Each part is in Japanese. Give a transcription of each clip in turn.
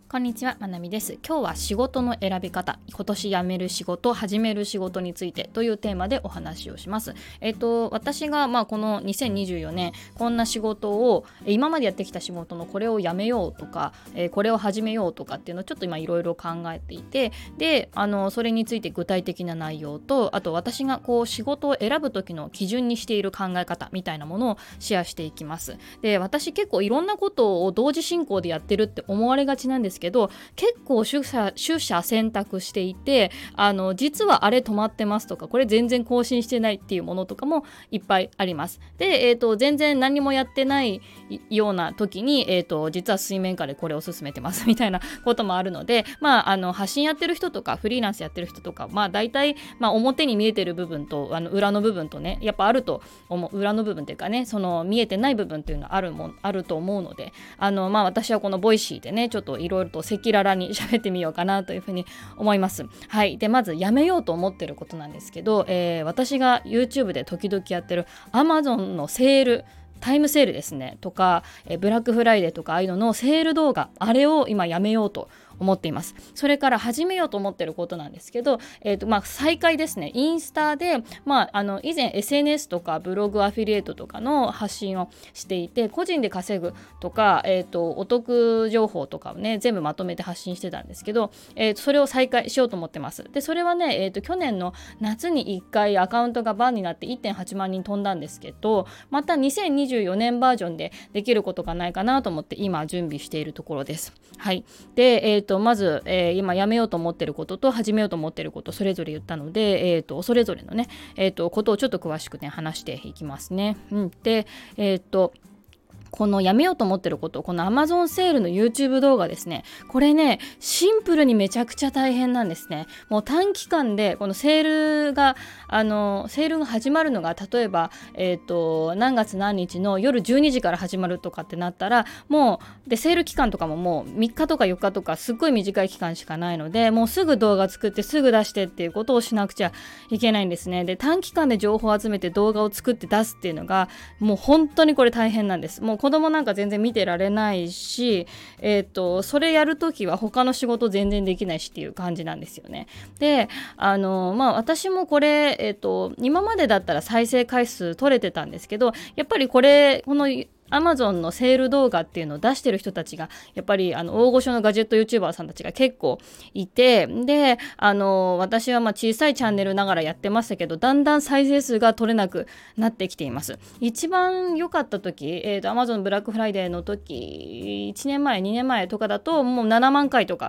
こんにちは、まなみです。今日は仕事の選び方、今年辞める仕事、始める仕事についてというテーマでお話をします。私がこの2024年こんな仕事を今までやってきた仕事のこれを辞めようとか、これを始めようとかっていうのをちょっと今いろいろ考えていて、でそれについて具体的な内容と、あと私が仕事を選ぶ時の基準にしている考え方みたいなものをシェアしていきます。で、私結構いろんなことを同時進行でやってるって思われがちなんですけど、結構取捨選択していて、実はあれ止まってますとか、これ全然更新してないっていうものとかもいっぱいあります。で、全然何もやってないような時に、実は水面下でこれを進めてますみたいなこともあるので、発信やってる人とかフリーランスやってる人とか、大体、表に見えてる部分と裏の部分とね、やっぱあると思う。裏の部分っていうかね、その見えてない部分っていうのはあると思うので、私はこのボイシーでね、ちょっといろいろと赤裸々に喋ってみようかなというふうに思います。はい。で、まずやめようと思ってることなんですけど、私が YouTube で時々やってる Amazon のセール、タイムセールですねとか、ブラックフライデーとかああいうののセール動画、あれを今やめようと思っています。それから始めようと思ってることなんですけど、再開ですね。インスタで、以前 SNS とかブログアフィリエイトとかの発信をしていて、個人で稼ぐとか、お得情報とかをね全部まとめて発信してたんですけど、それを再開しようと思ってます。で、それはね、去年の夏に1回アカウントがバンになって 1.8 万人飛んだんですけど、また2024年バージョンでできることがないかなと思って今準備しているところです。はい。で、まず、今やめようと思っていることと始めようと思っていることそれぞれ言ったので、それぞれのね、ことをちょっと詳しくね話していきますね。で、このやめようと思ってること、この Amazon セールの YouTube 動画ですね。これね、シンプルにめちゃくちゃ大変なんですね。もう短期間で、このセールが始まるのが、例えば、何月何日の夜12時から始まるとかってなったら、もう、で、セール期間とかももう3日とか4日とか、すっごい短い期間しかないので、もうすぐ動画作ってすぐ出してっていうことをしなくちゃいけないんですね。で、短期間で情報を集めて動画を作って出すっていうのが、もう本当にこれ大変なんです。もう子供なんか全然見てられないし、それやるときは他の仕事全然できないしっていう感じなんですよね。で、私もこれ、今までだったら再生回数取れてたんですけど、やっぱりこのAmazon のセール動画っていうのを出してる人たちがやっぱり大御所のガジェット YouTuber さんたちが結構いて、で私は小さいチャンネルながらやってましたけど、だんだん再生数が取れなくなってきています。一番良かった時、Amazon ブラックフライデーの時1年前2年前とかだともう7万回とか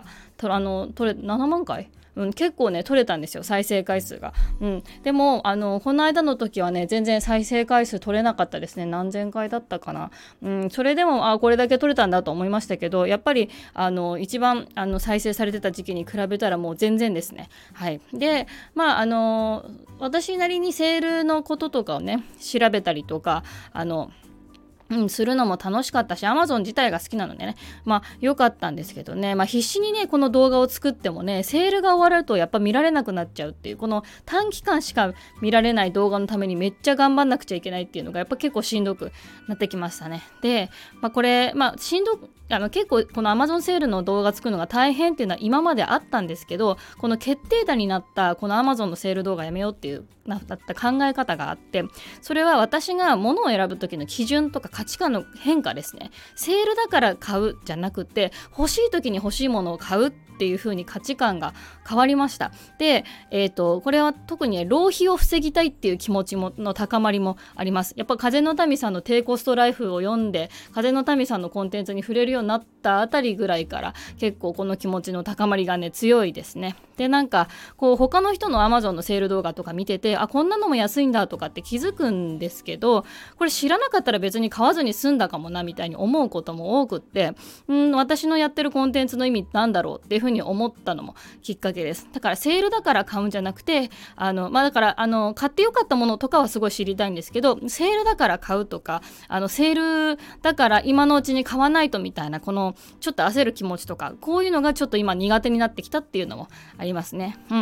7万回結構ね取れたんですよ、再生回数が。でもこの間の時はね全然再生回数取れなかったですね。何千回だったかな。それでもこれだけ取れたんだと思いましたけど、やっぱり一番再生されてた時期に比べたらもう全然ですね。はい。で、私なりにセールのこととかをね調べたりとかするのも楽しかったし、 Amazon 自体が好きなのでね、良かったんですけどね、必死にねこの動画を作ってもね、セールが終わるとやっぱ見られなくなっちゃうっていう、この短期間しか見られない動画のためにめっちゃ頑張んなくちゃいけないっていうのがやっぱ結構しんどくなってきましたね。で、これ結構この Amazon セールの動画作るのが大変っていうのは今まであったんですけど、この決定打になったこの Amazon のセール動画やめようっていうなった考え方があって、それは私が物を選ぶ時の基準とか価値観の変化ですね。セールだから買うじゃなくて、欲しい時に欲しいものを買うっていう風に価値観が変わりました。で、これは特に、浪費を防ぎたいっていう気持ちの高まりもあります。やっぱ風の民さんの低コストライフを読んで、風の民さんのコンテンツに触れるようになったあたりぐらいから結構この気持ちの高まりがね強いですね。で、他の人の Amazon のセール動画とか見てて、こんなのも安いんだとかって気づくんですけど、これ知らなかったら別に買わずに済んだかもなみたいに思うことも多くって、私のやってるコンテンツの意味なんだろうっていうふうに思ったのもきっかけです。だからセールだから買うんじゃなくて、だから買ってよかったものとかはすごい知りたいんですけど、セールだから買うとか、セールだから今のうちに買わないとみたいな、このちょっと焦る気持ちとか、こういうのがちょっと今苦手になってきたっていうのもありますね。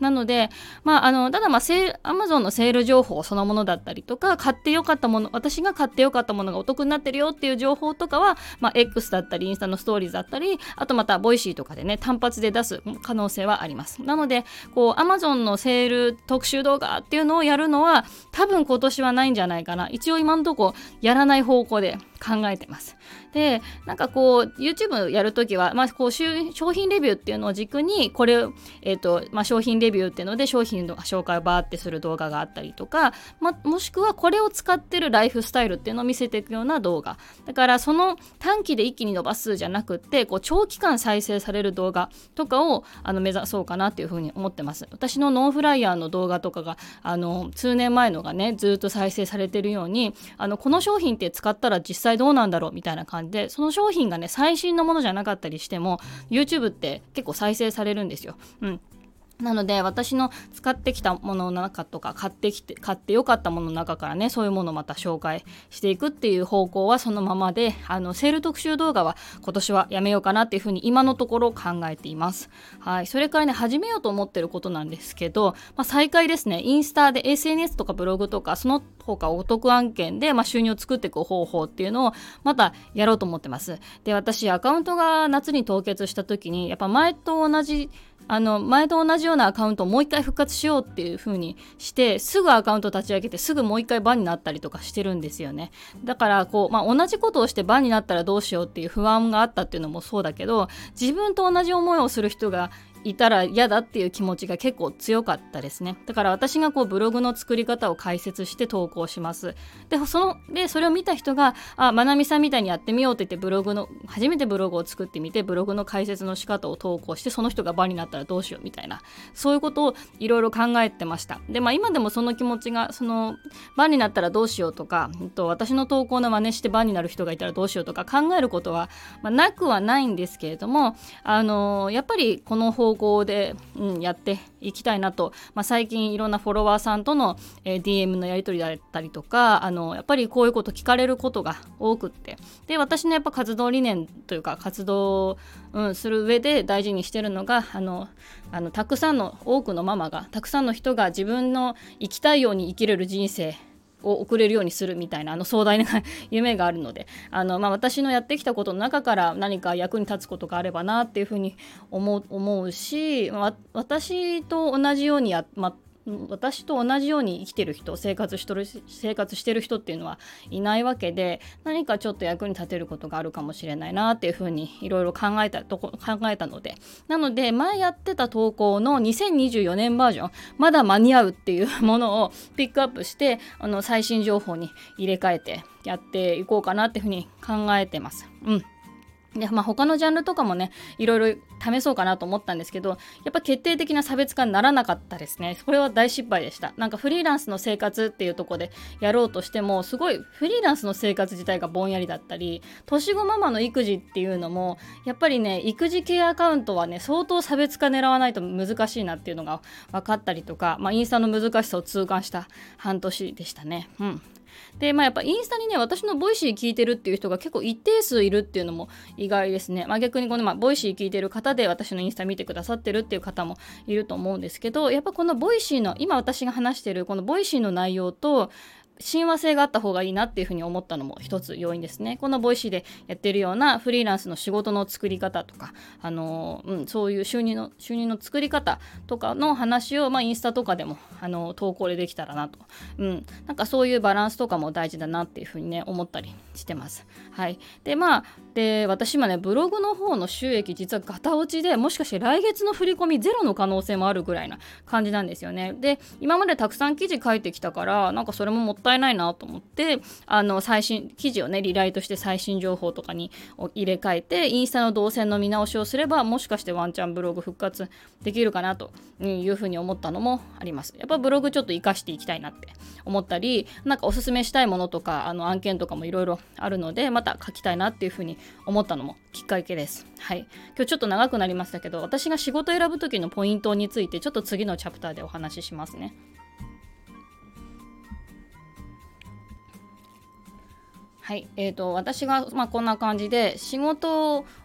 なので、ただAmazon のセール情報そのものだったりとか、私が買ってよかったものがお得になってるよっていう情報とかは、X だったりインスタのストーリーズだったり、あとまたボイシーとかでね単発で出す可能性はあります。なのでAmazon のセール特集動画っていうのをやるのは多分今年はないんじゃないかな。一応今のとこやらない方向で考えてます。で、YouTube やるときは、商品レビューっていうのを軸にこれ、商品レビューっていうので商品の紹介をバーってする動画があったりとか、もしくはこれを使ってるライフスタイルっていうのを見せていくような動画だから、その短期で一気に伸ばすじゃなくって長期間再生される動画とかを目指そうかなっていうふうに思ってます。私のノンフライヤーの動画とかが数年前のがねずっと再生されてるように、この商品って使ったら実際どうなんだろうみたいな感じで、その商品がね最新のものじゃなかったりしても YouTube って結構再生されるんですよ。なので私の使ってきたものの中とか買ってよかったものの中からね、そういうものをまた紹介していくっていう方向はそのままで、セール特集動画は今年はやめようかなっていうふうに今のところ考えています。はい、それからね始めようと思ってることなんですけど、再開ですね。インスタで SNS とかブログとかその他お得案件で、収入を作っていく方法っていうのをまたやろうと思ってます。で、私アカウントが夏に凍結した時にやっぱ前と同じようなアカウントをもう一回復活しようっていう風にしてすぐアカウント立ち上げてすぐもう一回バンになったりとかしてるんですよね。だから同じことをしてバンになったらどうしようっていう不安があったっていうのもそうだけど、自分と同じ思いをする人がいたら嫌だっていう気持ちが結構強かったですね。だから私がブログの作り方を解説して投稿します。でそれを見た人がまなみさんみたいにやってみようって言って初めてブログを作ってみてブログの解説の仕方を投稿して、その人がバンになったらどうしようみたいな、そういうことをいろいろ考えてました。で、今でもその気持ちがバンになったらどうしようとか、私の投稿の真似してバンになる人がいたらどうしようとか考えることは、なくはないんですけれども、やっぱりこの方向で、やっていきたいなと、最近いろんなフォロワーさんとの、DM のやり取りだったりとか、やっぱりこういうこと聞かれることが多くって、で私のやっぱ活動理念というか活動、する上で大事にしてるのがたくさんの多くのママがたくさんの人が自分の生きたいように生きれる人生を送れるようにするみたいな壮大な夢があるので、私のやってきたことの中から何か役に立つことがあればなっていうふうに思うし、私と同じように生きてる人、生活してる人っていうのはいないわけで、何かちょっと役に立てることがあるかもしれないなっていうふうにいろいろ考えたので、なので前やってた投稿の2024年バージョン、まだ間に合うっていうものをピックアップして最新情報に入れ替えてやっていこうかなっていうふうに考えてます。で他のジャンルとかもねいろいろ試そうかなと思ったんですけど、やっぱ決定的な差別化にならなかったですね。これは大失敗でした。なんかフリーランスの生活っていうところでやろうとしてもすごいフリーランスの生活自体がぼんやりだったり、年子ママの育児っていうのもやっぱりね育児系アカウントはね相当差別化狙わないと難しいなっていうのが分かったりとか、インスタの難しさを痛感した半年でしたね。でやっぱインスタにね私のボイシー聞いてるっていう人が結構一定数いるっていうのも意外ですね。逆にボイシー聞いてる方で私のインスタ見てくださってるっていう方もいると思うんですけど、やっぱこのボイシーの今私が話してるこのボイシーの内容と親和性があった方がいいなっていうふうに思ったのも一つ要因ですね。このボイシーでやってるようなフリーランスの仕事の作り方とか、そういう収入の作り方とかの話を、インスタとかでも投稿でできたらなと、なんかそういうバランスとかも大事だなっていうふうにね思ったりしてます。はい。で私今ねブログの方の収益実はガタ落ちで、もしかして来月の振り込みゼロの可能性もあるぐらいな感じなんですよね。で今までたくさん記事書いてきたから、なんかそれももったいないなと思って最新記事をねリライトして最新情報とかに入れ替えてインスタの動線の見直しをすれば、もしかしてワンチャンブログ復活できるかなというふうに思ったのもあります。やっぱブログちょっと活かしていきたいなって思ったり、なんかおすすめしたいものとか案件とかもいろいろあるので、また書きたいなっていうふうに思ったのもきっかけです。はい。今日ちょっと長くなりましたけど、私が仕事選ぶ時のポイントについてちょっと次のチャプターでお話ししますね。はい。私がこんな感じで仕事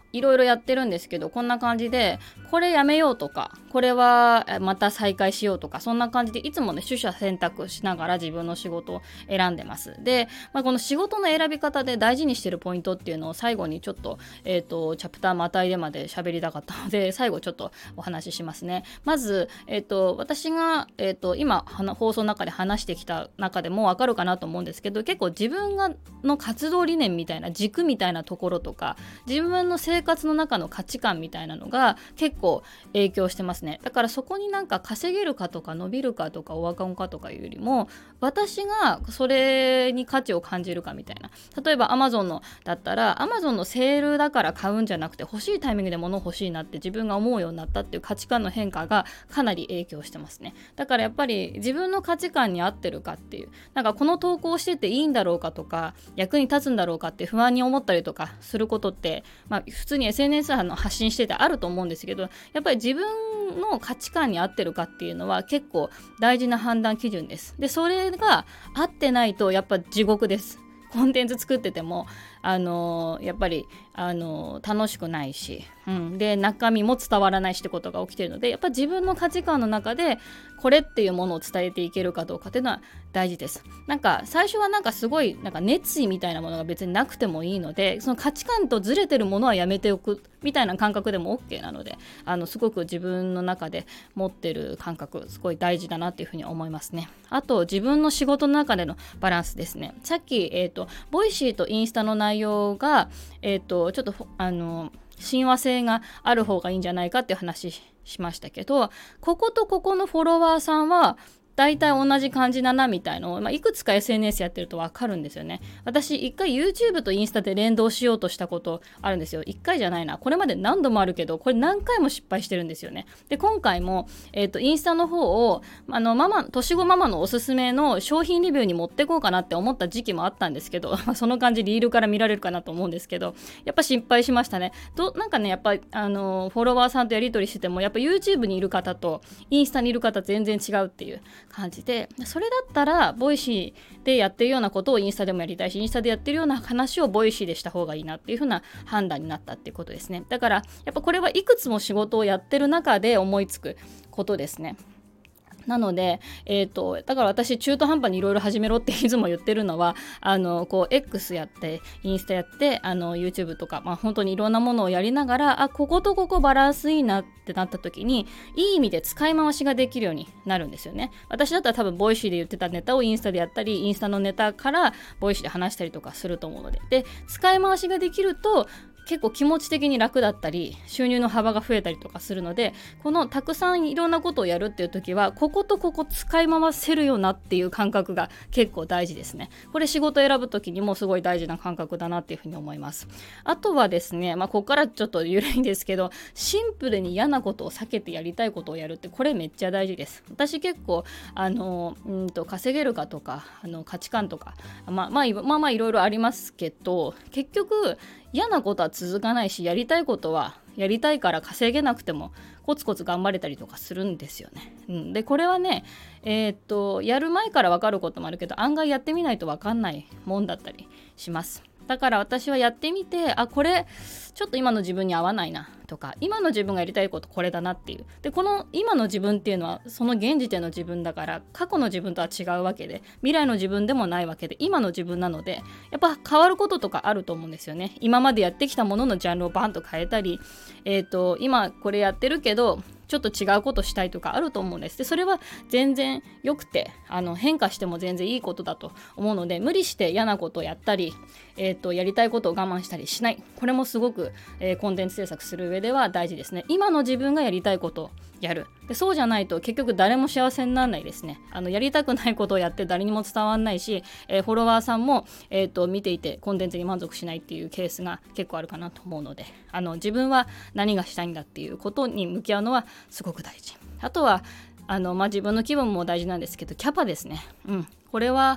いろいろやってるんですけど、こんな感じでこれやめようとか、これはまた再開しようとか、そんな感じでいつもね取捨選択しながら自分の仕事を選んでます。で、この仕事の選び方で大事にしてるポイントっていうのを最後にちょっと、チャプターまたいでまで喋りたかったので、最後ちょっとお話ししますね。まず、私が、今放送の中で話してきた中でもわかるかなと思うんですけど、結構自分の活動理念みたいな軸みたいなところとか、自分の生活の中の価値観みたいなのが結構影響してますね。だからそこになんか稼げるかとか伸びるかとかお若者かとかいうよりも、私がそれに価値を感じるかみたいな。例えば Amazon のだったら Amazon のセールだから買うんじゃなくて、欲しいタイミングで物欲しいなって自分が思うようになったっていう価値観の変化がかなり影響してますね。だからやっぱり自分の価値観に合ってるかっていう、なんかこの投稿してていいんだろうかとか、役に立つんだろうかって不安に思ったりとかすることって、普通に SNS 発信しててあると思うんですけど、やっぱり自分の価値観に合ってるかっていうのは結構大事な判断基準です。で、それが合ってないとやっぱ地獄です。コンテンツ作っててもやっぱり楽しくないし、で中身も伝わらないしってことが起きているので、やっぱ自分の価値観の中でこれっていうものを伝えていけるかどうかっていうのは大事です。なんか最初はなんかすごいなんか熱意みたいなものが別になくてもいいので、その価値観とずれてるものはやめておくみたいな感覚でも OK なので、すごく自分の中で持ってる感覚すごい大事だなっていうふうに思いますね。あと自分の仕事の中でのバランスですね。さっきボイシーとインスタの内容がちょっと親和性がある方がいいんじゃないかっていう話しましたけど、こことここのフォロワーさんは大体同じ感じだなみたいのを、いくつか SNS やってると分かるんですよね。私一回 YouTube とインスタで連動しようとしたことあるんですよ。一回じゃないな、これまで何度もあるけど、これ何回も失敗してるんですよね。で、今回も、インスタの方を年子ママのおすすめの商品レビューに持ってこうかなって思った時期もあったんですけど、その感じリールから見られるかなと思うんですけど、やっぱ失敗しましたね。なんかね、やっぱフォロワーさんとやり取りしてても、やっぱ YouTube にいる方とインスタにいる方全然違うっていう感じで、それだったらボイシーでやってるようなことをインスタでもやりたいし、インスタでやってるような話をボイシーでした方がいいなっていう風な判断になったっていうことですね。だからやっぱこれはいくつも仕事をやってる中で思いつくことですね。なので、だから私中途半端にいろいろ始めろっていつも言ってるのは、X やってインスタやってYouTube とか、本当にいろんなものをやりながら、こことここバランスいいなってなった時にいい意味で使い回しができるようになるんですよね。私だったら多分ボイシーで言ってたネタをインスタでやったり、インスタのネタからボイシーで話したりとかすると思うので、使い回しができると結構気持ち的に楽だったり、収入の幅が増えたりとかするので、このたくさんいろんなことをやるっていう時は、こことここ使い回せるよなっていう感覚が結構大事ですね。これ仕事選ぶ時にもすごい大事な感覚だなっていうふうに思います。あとはですね、ここからちょっと緩いんですけど、シンプルに嫌なことを避けてやりたいことをやるって、これめっちゃ大事です。私結構稼げるかとか価値観とかいろいろありますけど、結局嫌なことは続かないし、やりたいことはやりたいから稼げなくてもコツコツ頑張れたりとかするんですよね。でこれはね、やる前から分かることもあるけど、案外やってみないと分かんないもんだったりします。だから私はやってみて、これちょっと今の自分に合わないなとか、今の自分がやりたいことこれだなっていう。でこの今の自分っていうのはその現時点の自分だから、過去の自分とは違うわけで、未来の自分でもないわけで、今の自分なので、やっぱ変わることとかあると思うんですよね。今までやってきたもののジャンルをバンと変えたり、今これやってるけどちょっと違うことしたいとかあると思うんです。でそれは全然良くて、変化しても全然いいことだと思うので、無理して嫌なことをやったり、やりたいことを我慢したりしない。これもすごく、コンテンツ制作する上では大事ですね。今の自分がやりたいことをやる。でそうじゃないと結局誰も幸せにならないですね。やりたくないことをやって誰にも伝わらないし、フォロワーさんも、見ていてコンテンツに満足しないっていうケースが結構あるかなと思うので、自分は何がしたいんだっていうことに向き合うのはすごく大事。あとは自分の気分も大事なんですけど、キャパですね。これは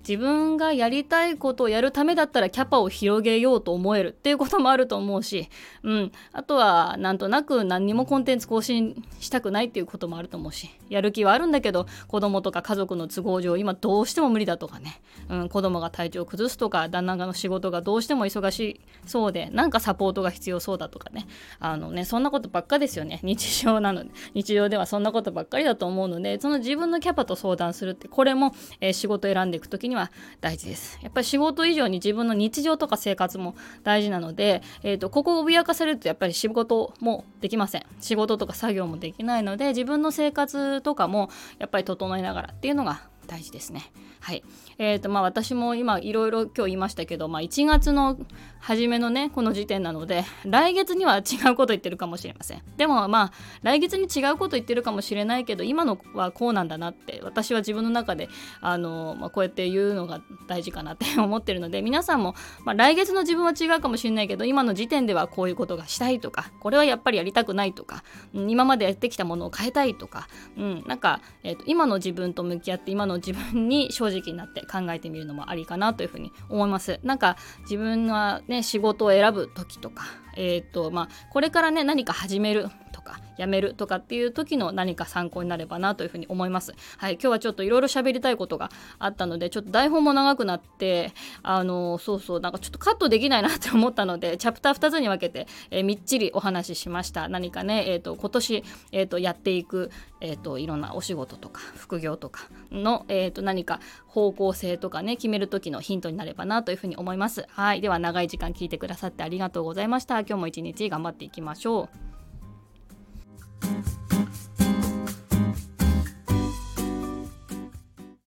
自分がやりたいことをやるためだったらキャパを広げようと思えるっていうこともあると思うし、あとはなんとなく何にもコンテンツ更新したくないっていうこともあると思うし、やる気はあるんだけど子供とか家族の都合上今どうしても無理だとかね、子供が体調を崩すとか旦那の仕事がどうしても忙しそうでなんかサポートが必要そうだとかね、そんなことばっかですよね。日常ではそんなことばっかりだと思うので、その自分のキャパと相談するってこれも、仕事を選んでいくときには大事です。やっぱり仕事以上に自分の日常とか生活も大事なので、ここを脅かされるとやっぱり仕事もできません。仕事とか作業もできないので、自分の生活とかもやっぱり整えながらっていうのが大事ですね。はい。私も今いろいろ今日言いましたけど、1月の初めのねこの時点なので、来月には違うこと言ってるかもしれません。でも来月に違うこと言ってるかもしれないけど、今のはこうなんだなって私は自分の中でこうやって言うのが大事かなって思ってるので、皆さんも、来月の自分は違うかもしれないけど、今の時点ではこういうことがしたいとか、これはやっぱりやりたくないとか、今までやってきたものを変えたいとか、今の自分と向き合って今の自分に正直になって考えてみるのもありかなというふうに思います。自分はね仕事を選ぶ時とか、これからね何か始めるとかやめるとかっていう時の何か参考になればなというふうに思います。はい、今日はちょっといろいろ喋りたいことがあったので、ちょっと台本も長くなってちょっとカットできないなって思ったので、チャプター2つに分けて、みっちりお話ししました。何かね、今年、やっていく、いろんなお仕事とか副業とかの、何か方向性とかね決める時のヒントになればなというふうに思います。はい、では長い時間聞いてくださってありがとうございました。今日も一日頑張っていきましょう。